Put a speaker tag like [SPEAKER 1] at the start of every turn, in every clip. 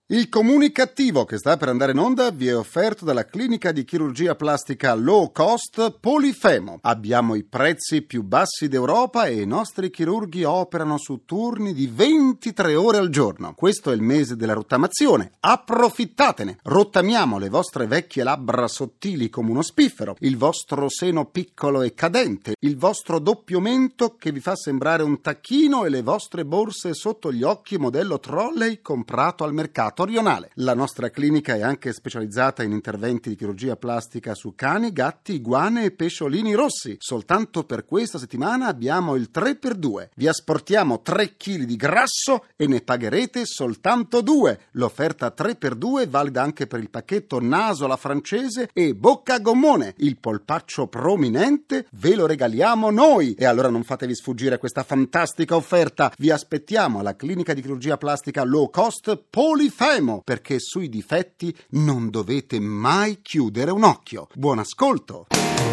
[SPEAKER 1] Il comunicativo che sta per andare in onda vi è offerto dalla clinica di chirurgia plastica low cost Polifemo. Abbiamo i prezzi più bassi d'Europa e i nostri chirurghi operano su turni di 23 ore al giorno. Questo è il mese della rottamazione. Approfittatene! Rottamiamo le vostre vecchie labbra sottili come uno spiffero, il vostro seno piccolo e cadente, il vostro doppio mento che vi fa sembrare un tacchino e le vostre borse sotto gli occhi modello trolley comprato al mercato rionale. La nostra clinica è anche specializzata in interventi di chirurgia plastica su cani, gatti, iguane e pesciolini rossi. Soltanto per questa settimana abbiamo il 3x2. Vi asportiamo 3 kg di grasso e ne pagherete soltanto 2. L'offerta 3x2 è valida anche per il pacchetto naso alla francese e bocca a gommone. Il polpaccio prominente ve lo regaliamo noi. E allora non fatevi sfuggire questa fantastica offerta. Vi aspettiamo alla clinica di chirurgia plastica low cost Polifemo, perché sui difetti non dovete mai chiudere un occhio. Buon ascolto.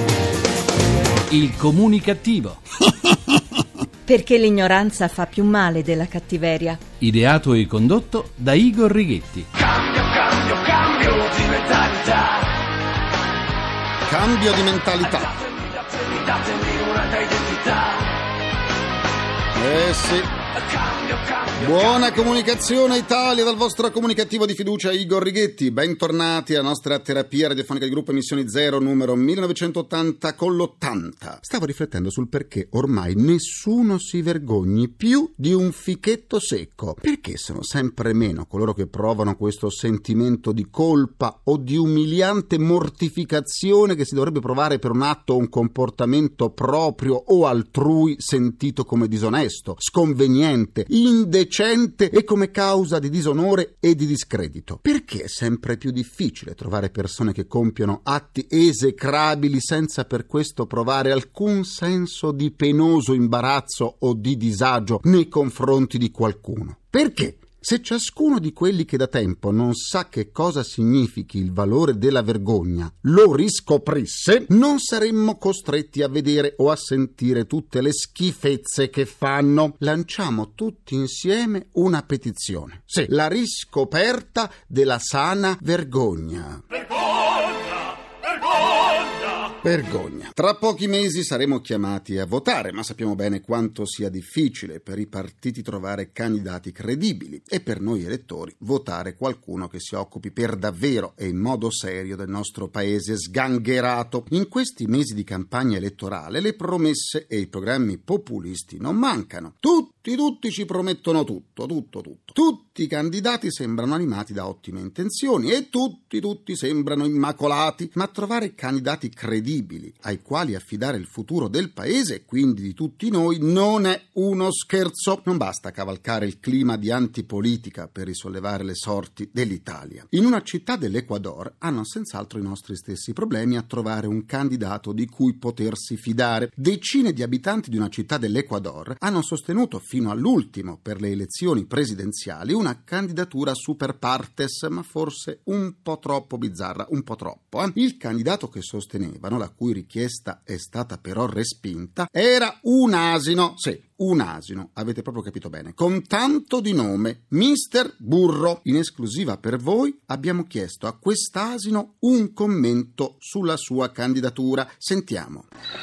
[SPEAKER 2] Il comunicativo.
[SPEAKER 3] Perché l'ignoranza fa più male della cattiveria.
[SPEAKER 2] Ideato e condotto da Igor Righetti.
[SPEAKER 1] Cambio di mentalità. Cambio di mentalità. Datemi una identità. Sì. Buona comunicazione Italia dal vostro comunicativo di fiducia Igor Righetti. Bentornati alla nostra terapia radiofonica di gruppo Emissioni Zero numero 1980 con l'80. Stavo riflettendo sul perché ormai nessuno si vergogni più di un fichetto secco. Perché sono sempre meno coloro che provano questo sentimento di colpa o di umiliante mortificazione che si dovrebbe provare per un atto o un comportamento proprio o altrui sentito come disonesto, sconveniente, indecente e come causa di disonore e di discredito. Perché è sempre più difficile trovare persone che compiono atti esecrabili senza per questo provare alcun senso di penoso imbarazzo o di disagio nei confronti di qualcuno? Perché? Se ciascuno di quelli che da tempo non sa che cosa significhi il valore della vergogna lo riscoprisse, non saremmo costretti a vedere o a sentire tutte le schifezze che fanno. Lanciamo tutti insieme una petizione. Sì, la riscoperta della sana vergogna. Vergogna. Tra pochi mesi saremo chiamati a votare, ma sappiamo bene quanto sia difficile per i partiti trovare candidati credibili e per noi elettori votare qualcuno che si occupi per davvero e in modo serio del nostro paese sgangherato. In questi mesi di campagna elettorale le promesse e i programmi populisti non mancano. Tutti ci promettono tutto. Tutti i candidati sembrano animati da ottime intenzioni e tutti sembrano immacolati, ma trovare candidati credibili ai quali affidare il futuro del paese e quindi di tutti noi non è uno scherzo. Non basta cavalcare il clima di antipolitica per risollevare le sorti dell'Italia. In una città dell'Ecuador hanno senz'altro i nostri stessi problemi a trovare un candidato di cui potersi fidare. Decine di abitanti di una città dell'Ecuador hanno sostenuto fino all'ultimo per le elezioni presidenziali una candidatura super partes, ma forse un po' troppo bizzarra, un po' troppo. Il candidato che sostenevano, la cui richiesta è stata però respinta, era un asino, sì, un asino, avete proprio capito bene, con tanto di nome, Mister Burro. In esclusiva per voi abbiamo chiesto a quest'asino un commento sulla sua candidatura. Sentiamo.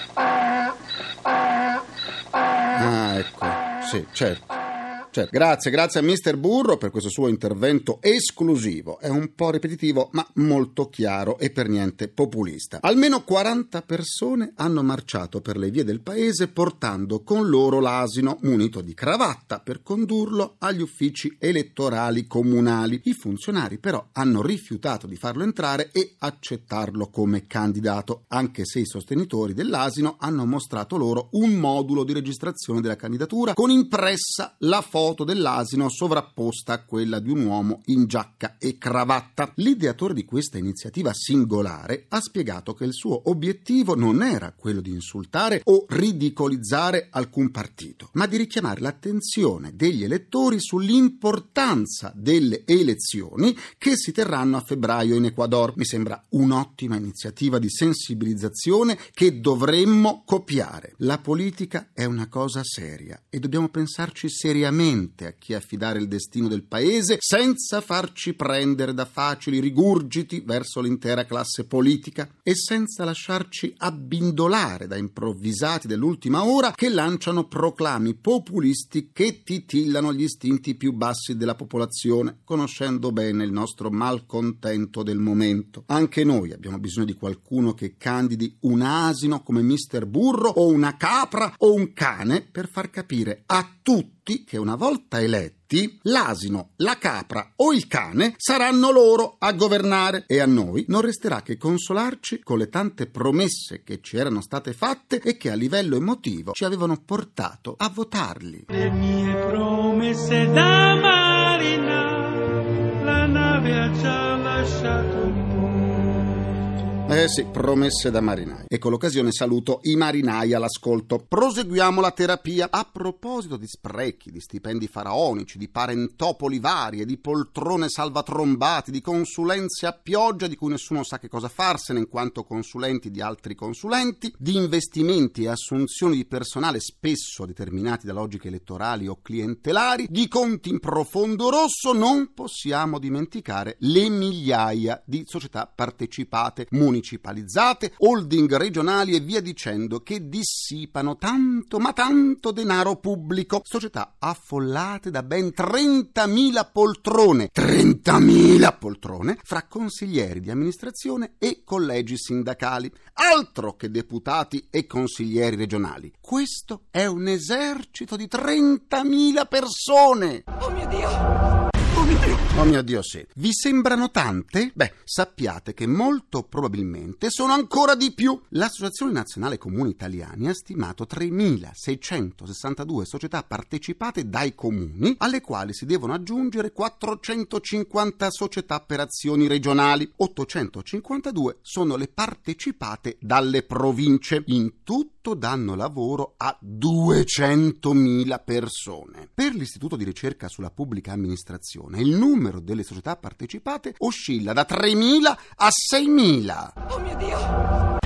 [SPEAKER 1] Ecco, sì, certo. Grazie a Mister Burro per questo suo intervento esclusivo. È un po' ripetitivo, ma molto chiaro e per niente populista. Almeno 40 persone hanno marciato per le vie del paese portando con loro l'asino munito di cravatta per condurlo agli uffici elettorali comunali. I funzionari però hanno rifiutato di farlo entrare e accettarlo come candidato, anche se i sostenitori dell'asino hanno mostrato loro un modulo di registrazione della candidatura con impressa la foto dell'asino sovrapposta a quella di un uomo in giacca e cravatta. L'ideatore di questa iniziativa singolare ha spiegato che il suo obiettivo non era quello di insultare o ridicolizzare alcun partito, ma di richiamare l'attenzione degli elettori sull'importanza delle elezioni che si terranno a febbraio in Ecuador. Mi sembra un'ottima iniziativa di sensibilizzazione che dovremmo copiare. La politica è una cosa seria e dobbiamo pensarci seriamente chiaramente a chi affidare il destino del paese, senza farci prendere da facili rigurgiti verso l'intera classe politica e senza lasciarci abbindolare da improvvisati dell'ultima ora che lanciano proclami populisti che titillano gli istinti più bassi della popolazione, conoscendo bene il nostro malcontento del momento. Anche noi abbiamo bisogno di qualcuno che candidi un asino come Mister Burro o una capra o un cane per far capire a tutti che una volta eletti l'asino, la capra o il cane saranno loro a governare e a noi non resterà che consolarci con le tante promesse che ci erano state fatte e che a livello emotivo ci avevano portato a votarli.
[SPEAKER 4] Le mie promesse da marina, la nave ha già lasciato il porto.
[SPEAKER 1] Sì, promesse da marinai. E con l'occasione saluto i marinai all'ascolto. Proseguiamo la terapia. A proposito di sprechi, di stipendi faraonici, di parentopoli varie, di poltrone salvatrombati, di consulenze a pioggia di cui nessuno sa che cosa farsene in quanto consulenti di altri consulenti, di investimenti e assunzioni di personale spesso determinati da logiche elettorali o clientelari, di conti in profondo rosso, non possiamo dimenticare le migliaia di società partecipate, municipalizzate, holding regionali e via dicendo che dissipano tanto ma tanto denaro pubblico, società affollate da ben 30.000 poltrone 30.000 poltrone fra consiglieri di amministrazione e collegi sindacali, altro che deputati e consiglieri regionali. Questo è un esercito di 30.000 persone.
[SPEAKER 5] Oh mio Dio!
[SPEAKER 1] Oh mio Dio, sì. Vi sembrano tante? Beh, sappiate che molto probabilmente sono ancora di più. L'Associazione Nazionale Comuni Italiani ha stimato 3.662 società partecipate dai comuni, alle quali si devono aggiungere 450 società per azioni regionali. 852 sono le partecipate dalle province. In tutto danno lavoro a 200.000 persone. Per l'Istituto di Ricerca sulla Pubblica Amministrazione il numero delle società partecipate oscilla da 3.000 a 6.000.
[SPEAKER 5] Oh mio Dio!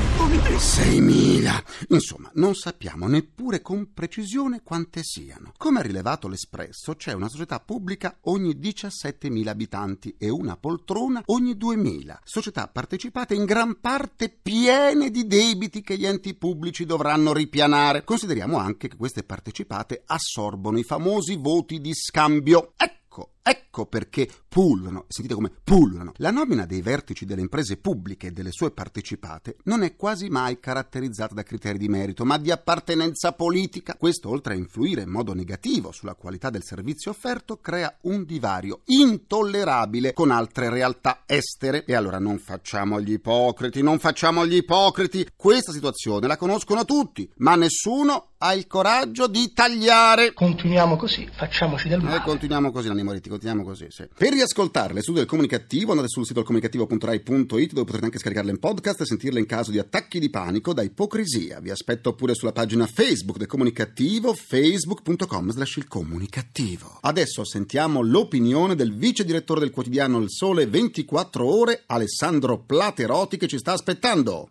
[SPEAKER 1] 6.000. Insomma, non sappiamo neppure con precisione quante siano. Come ha rilevato l'Espresso, c'è una società pubblica ogni 17.000 abitanti e una poltrona ogni 2.000. Società partecipate in gran parte piene di debiti che gli enti pubblici dovranno ripianare. Consideriamo anche che queste partecipate assorbono i famosi voti di scambio. Ecco perché pullulano, sentite come pullulano. La nomina dei vertici delle imprese pubbliche e delle sue partecipate non è quasi mai caratterizzata da criteri di merito, ma di appartenenza politica. Questo, oltre a influire in modo negativo sulla qualità del servizio offerto, crea un divario intollerabile con altre realtà estere. E allora non facciamo gli ipocriti. Questa situazione la conoscono tutti, ma nessuno ha il coraggio di tagliare.
[SPEAKER 6] Continuiamo così, facciamoci del male.
[SPEAKER 1] Continuiamo così, Nanni Moretti, continuiamo così, sì. Per riascoltare le studio del Comunicativo andate sul sito comunicativo.rai.it, dove potrete anche scaricarle in podcast e sentirle in caso di attacchi di panico da ipocrisia. Vi aspetto pure sulla pagina Facebook del Comunicativo, facebook.com/il Comunicativo. Adesso sentiamo l'opinione del vice direttore del quotidiano Il Sole 24 Ore, Alessandro Platerotti, che ci sta aspettando.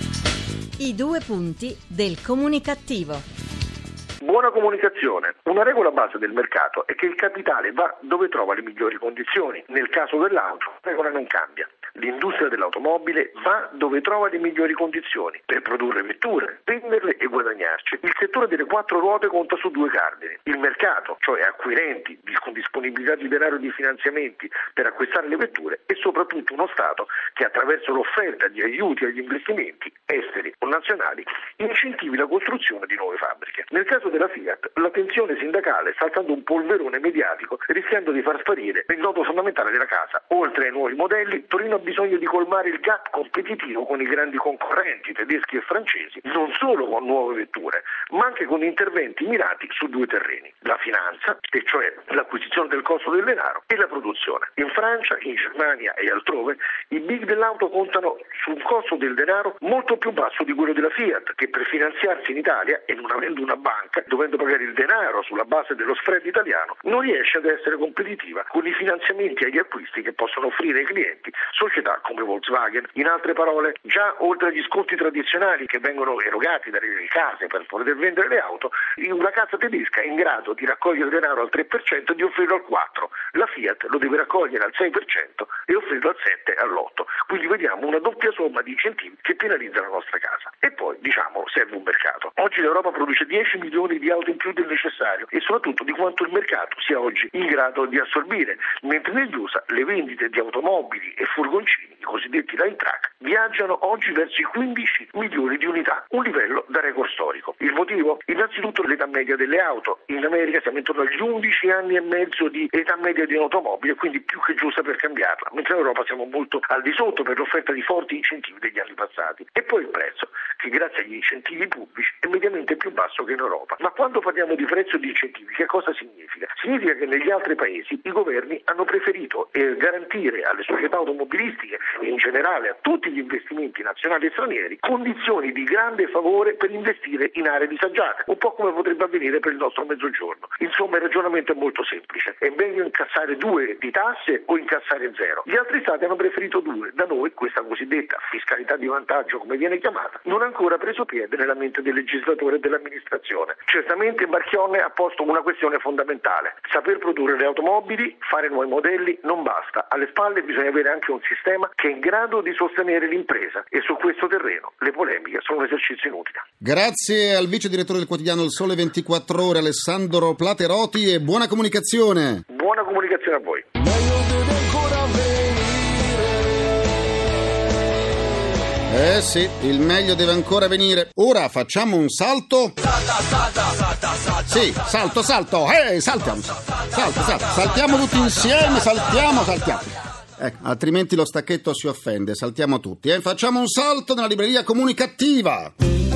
[SPEAKER 3] I 2 punti del Comunicativo.
[SPEAKER 7] Buona comunicazione. Una regola base del mercato è che il capitale va dove trova le migliori condizioni. Nel caso dell'auto, la regola non cambia. L'industria dell'automobile va dove trova le migliori condizioni per produrre vetture, venderle e guadagnarci. Il settore delle 4 ruote conta su 2 cardini: il mercato, cioè acquirenti con disponibilità di denaro e di finanziamenti per acquistare le vetture, e soprattutto uno Stato che attraverso l'offerta di aiuti agli investimenti esteri o nazionali incentivi la costruzione di nuove fabbriche. Nel caso della Fiat, la tensione sindacale sta alzando un polverone mediatico, rischiando di far sparire il nodo fondamentale della casa. Oltre ai nuovi modelli, Torino ha bisogno di colmare il gap competitivo con i grandi concorrenti tedeschi e francesi, non solo con nuove vetture, ma anche con interventi mirati su 2 terreni: la finanza, e cioè l'acquisizione del costo del denaro, e la produzione. In Francia, in Germania e altrove i big dell'auto contano su un costo del denaro molto più basso di quello della Fiat, che per finanziarsi in Italia, e non avendo una banca, tedesca, dovendo pagare il denaro sulla base dello spread italiano, non riesce ad essere competitiva con i finanziamenti agli acquisti che possono offrire ai clienti società come Volkswagen. In altre parole, già oltre agli sconti tradizionali che vengono erogati dalle case per poter vendere le auto, una casa tedesca è in grado di raccogliere denaro al 3% e di offrirlo al 4%. La Fiat lo deve raccogliere al 6% e offrirlo al 7% e all'8%. Quindi vediamo una doppia somma di incentivi che penalizza la nostra casa. E poi, serve un mercato. Oggi l'Europa produce 10 milioni di auto in più del necessario e soprattutto di quanto il mercato sia oggi in grado di assorbire, mentre negli USA le vendite di automobili e furgoncini, i cosiddetti light truck, viaggiano oggi verso i 15 milioni di unità, un livello da record storico. Il motivo? Innanzitutto l'età media delle auto. In America siamo intorno agli 11 anni e mezzo di età media di un'automobile, quindi più che giusta per cambiarla, mentre in Europa siamo molto al di sotto per l'offerta di forti incentivi degli anni passati. E poi il prezzo, che grazie agli incentivi pubblici è mediamente più basso che in Europa. Ma quando parliamo di prezzo e di incentivi, che cosa significa? Significa che negli altri paesi i governi hanno preferito garantire alle società automobilistiche e in generale a tutti gli investimenti nazionali e stranieri condizioni di grande favore per investire in aree disagiate, un po' come potrebbe avvenire per il nostro mezzogiorno. Insomma, il ragionamento è molto semplice: è meglio incassare 2 di tasse o incassare 0. Gli altri stati hanno preferito 2. Da noi questa cosiddetta fiscalità di vantaggio, come viene chiamata, non ha ancora preso piede nella mente del legislatore e dell'amministrazione. Certamente Marchionne ha posto una questione fondamentale: saper produrre le automobili, fare nuovi modelli non basta, alle spalle bisogna avere anche un sistema che è in grado di sostenere l'impresa, e su questo terreno le polemiche sono un esercizio inutile.
[SPEAKER 1] Grazie al vice direttore del quotidiano Il Sole 24 Ore Alessandro Platerotti e buona comunicazione.
[SPEAKER 7] Buona comunicazione a voi.
[SPEAKER 1] Sì, il meglio deve ancora venire. Ora facciamo un salto. Sì, salto. Saltiamo. Saltiamo tutti insieme, saltiamo. Altrimenti lo stacchetto si offende, saltiamo tutti. Facciamo un salto nella libreria comunicativa.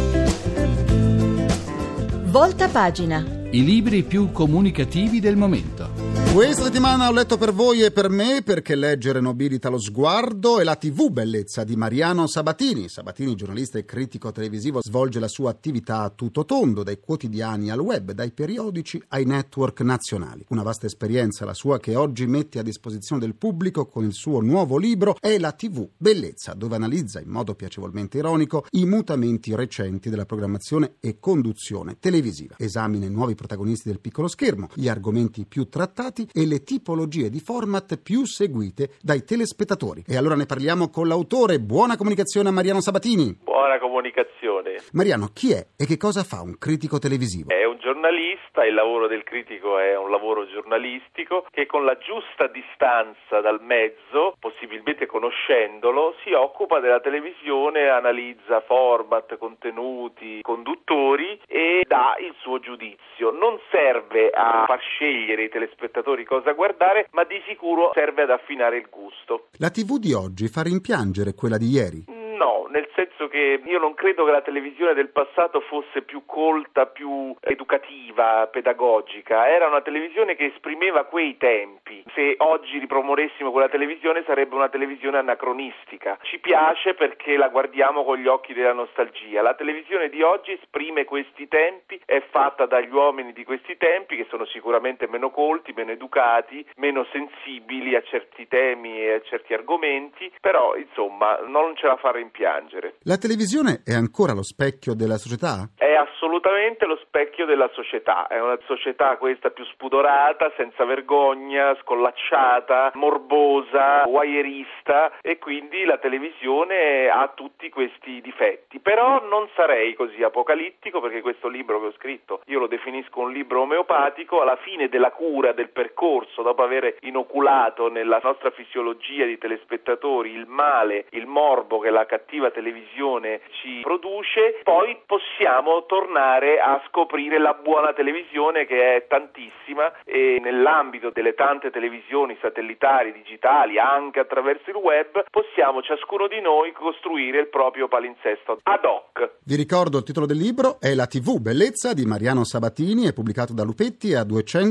[SPEAKER 3] Volta pagina.
[SPEAKER 2] I libri più comunicativi del momento.
[SPEAKER 1] Questa settimana ho letto per voi e per me Perché leggere nobilita lo sguardo e La TV bellezza di Mariano Sabatini. Sabatini, giornalista e critico televisivo, svolge la sua attività a tutto tondo, dai quotidiani al web, dai periodici ai network nazionali. Una vasta esperienza la sua, che oggi mette a disposizione del pubblico con il suo nuovo libro È la TV bellezza, dove analizza in modo piacevolmente ironico i mutamenti recenti della programmazione e conduzione televisiva. Esamina i nuovi protagonisti del piccolo schermo, gli argomenti più trattati e le tipologie di format più seguite dai telespettatori. E allora ne parliamo con l'autore. Buona comunicazione a Mariano Sabatini.
[SPEAKER 8] Buona comunicazione.
[SPEAKER 1] Mariano, chi è e che cosa fa un critico televisivo?
[SPEAKER 8] È un giornalista, il lavoro del critico è un lavoro giornalistico che con la giusta distanza dal mezzo, possibilmente conoscendolo, si occupa della televisione, analizza format, contenuti, conduttori e dà il suo giudizio. Non serve a far scegliere i telespettatori cosa guardare, ma di sicuro serve ad affinare il gusto.
[SPEAKER 1] La TV di oggi fa rimpiangere quella di ieri?
[SPEAKER 8] No, nel senso che io non credo che la televisione del passato fosse più colta, più educativa, pedagogica. Era una televisione che esprimeva quei tempi. Se oggi riproponessimo quella televisione sarebbe una televisione anacronistica. Ci piace perché la guardiamo con gli occhi della nostalgia. La televisione di oggi esprime questi tempi, è fatta dagli uomini di questi tempi, che sono sicuramente meno colti, meno educati, meno sensibili a certi temi e a certi argomenti, però insomma non ce la fa rimpiangere.
[SPEAKER 1] La televisione è ancora lo specchio della società?
[SPEAKER 8] È assolutamente lo specchio della società. È una società questa più spudorata, senza vergogna, scollacciata, morbosa, voyeurista, e quindi la televisione ha tutti questi difetti. Però non sarei così apocalittico, perché questo libro che ho scritto io lo definisco un libro omeopatico. Alla fine della cura, del percorso, dopo aver inoculato nella nostra fisiologia di telespettatori il male, il morbo che la cattiva televisione ci produce, poi possiamo tornare a scoprire la buona televisione, che è tantissima, e nell'ambito delle tante televisioni satellitari, digitali, anche attraverso il web, possiamo ciascuno di noi costruire il proprio palinsesto ad hoc.
[SPEAKER 1] Vi ricordo il titolo del libro È la TV bellezza di Mariano Sabatini, è pubblicato da Lupetti e a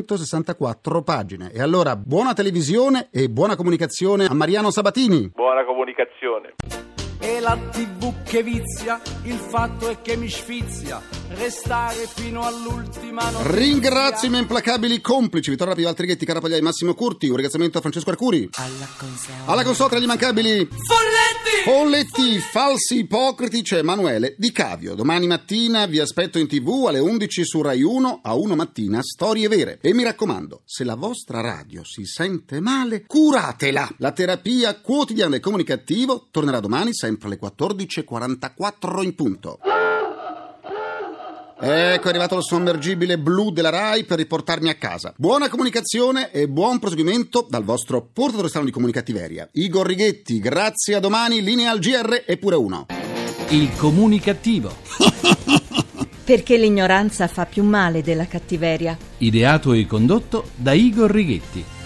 [SPEAKER 1] 264 pagine. E allora buona televisione e buona comunicazione a Mariano Sabatini.
[SPEAKER 8] Buona comunicazione.
[SPEAKER 9] E la TV che vizia, il fatto è che mi sfizia restare fino all'ultima notizia.
[SPEAKER 1] Ringrazio i miei implacabili complici Vittorio Rapi, Valtteri Ghetti, Carapagliai, Massimo Curti. Un ringraziamento a Francesco Arcuri. Alla console tra gli immancabili Folletti, falsi ipocriti, c'è Emanuele Di Cavio. Domani mattina vi aspetto in TV alle 11 su Rai 1 a 1 mattina, Storie Vere. E mi raccomando, se la vostra radio si sente male, curatela. La terapia quotidiana del comunicativo tornerà domani sempre alle 14:44 in punto. Ecco, è arrivato il sommergibile blu della Rai per riportarmi a casa. Buona comunicazione e buon proseguimento dal vostro portatore strano di comunicattiveria, Igor Righetti. Grazie, a domani, linea al GR e pure uno.
[SPEAKER 2] Il comunicativo.
[SPEAKER 3] Perché l'ignoranza fa più male della cattiveria.
[SPEAKER 2] Ideato e condotto da Igor Righetti.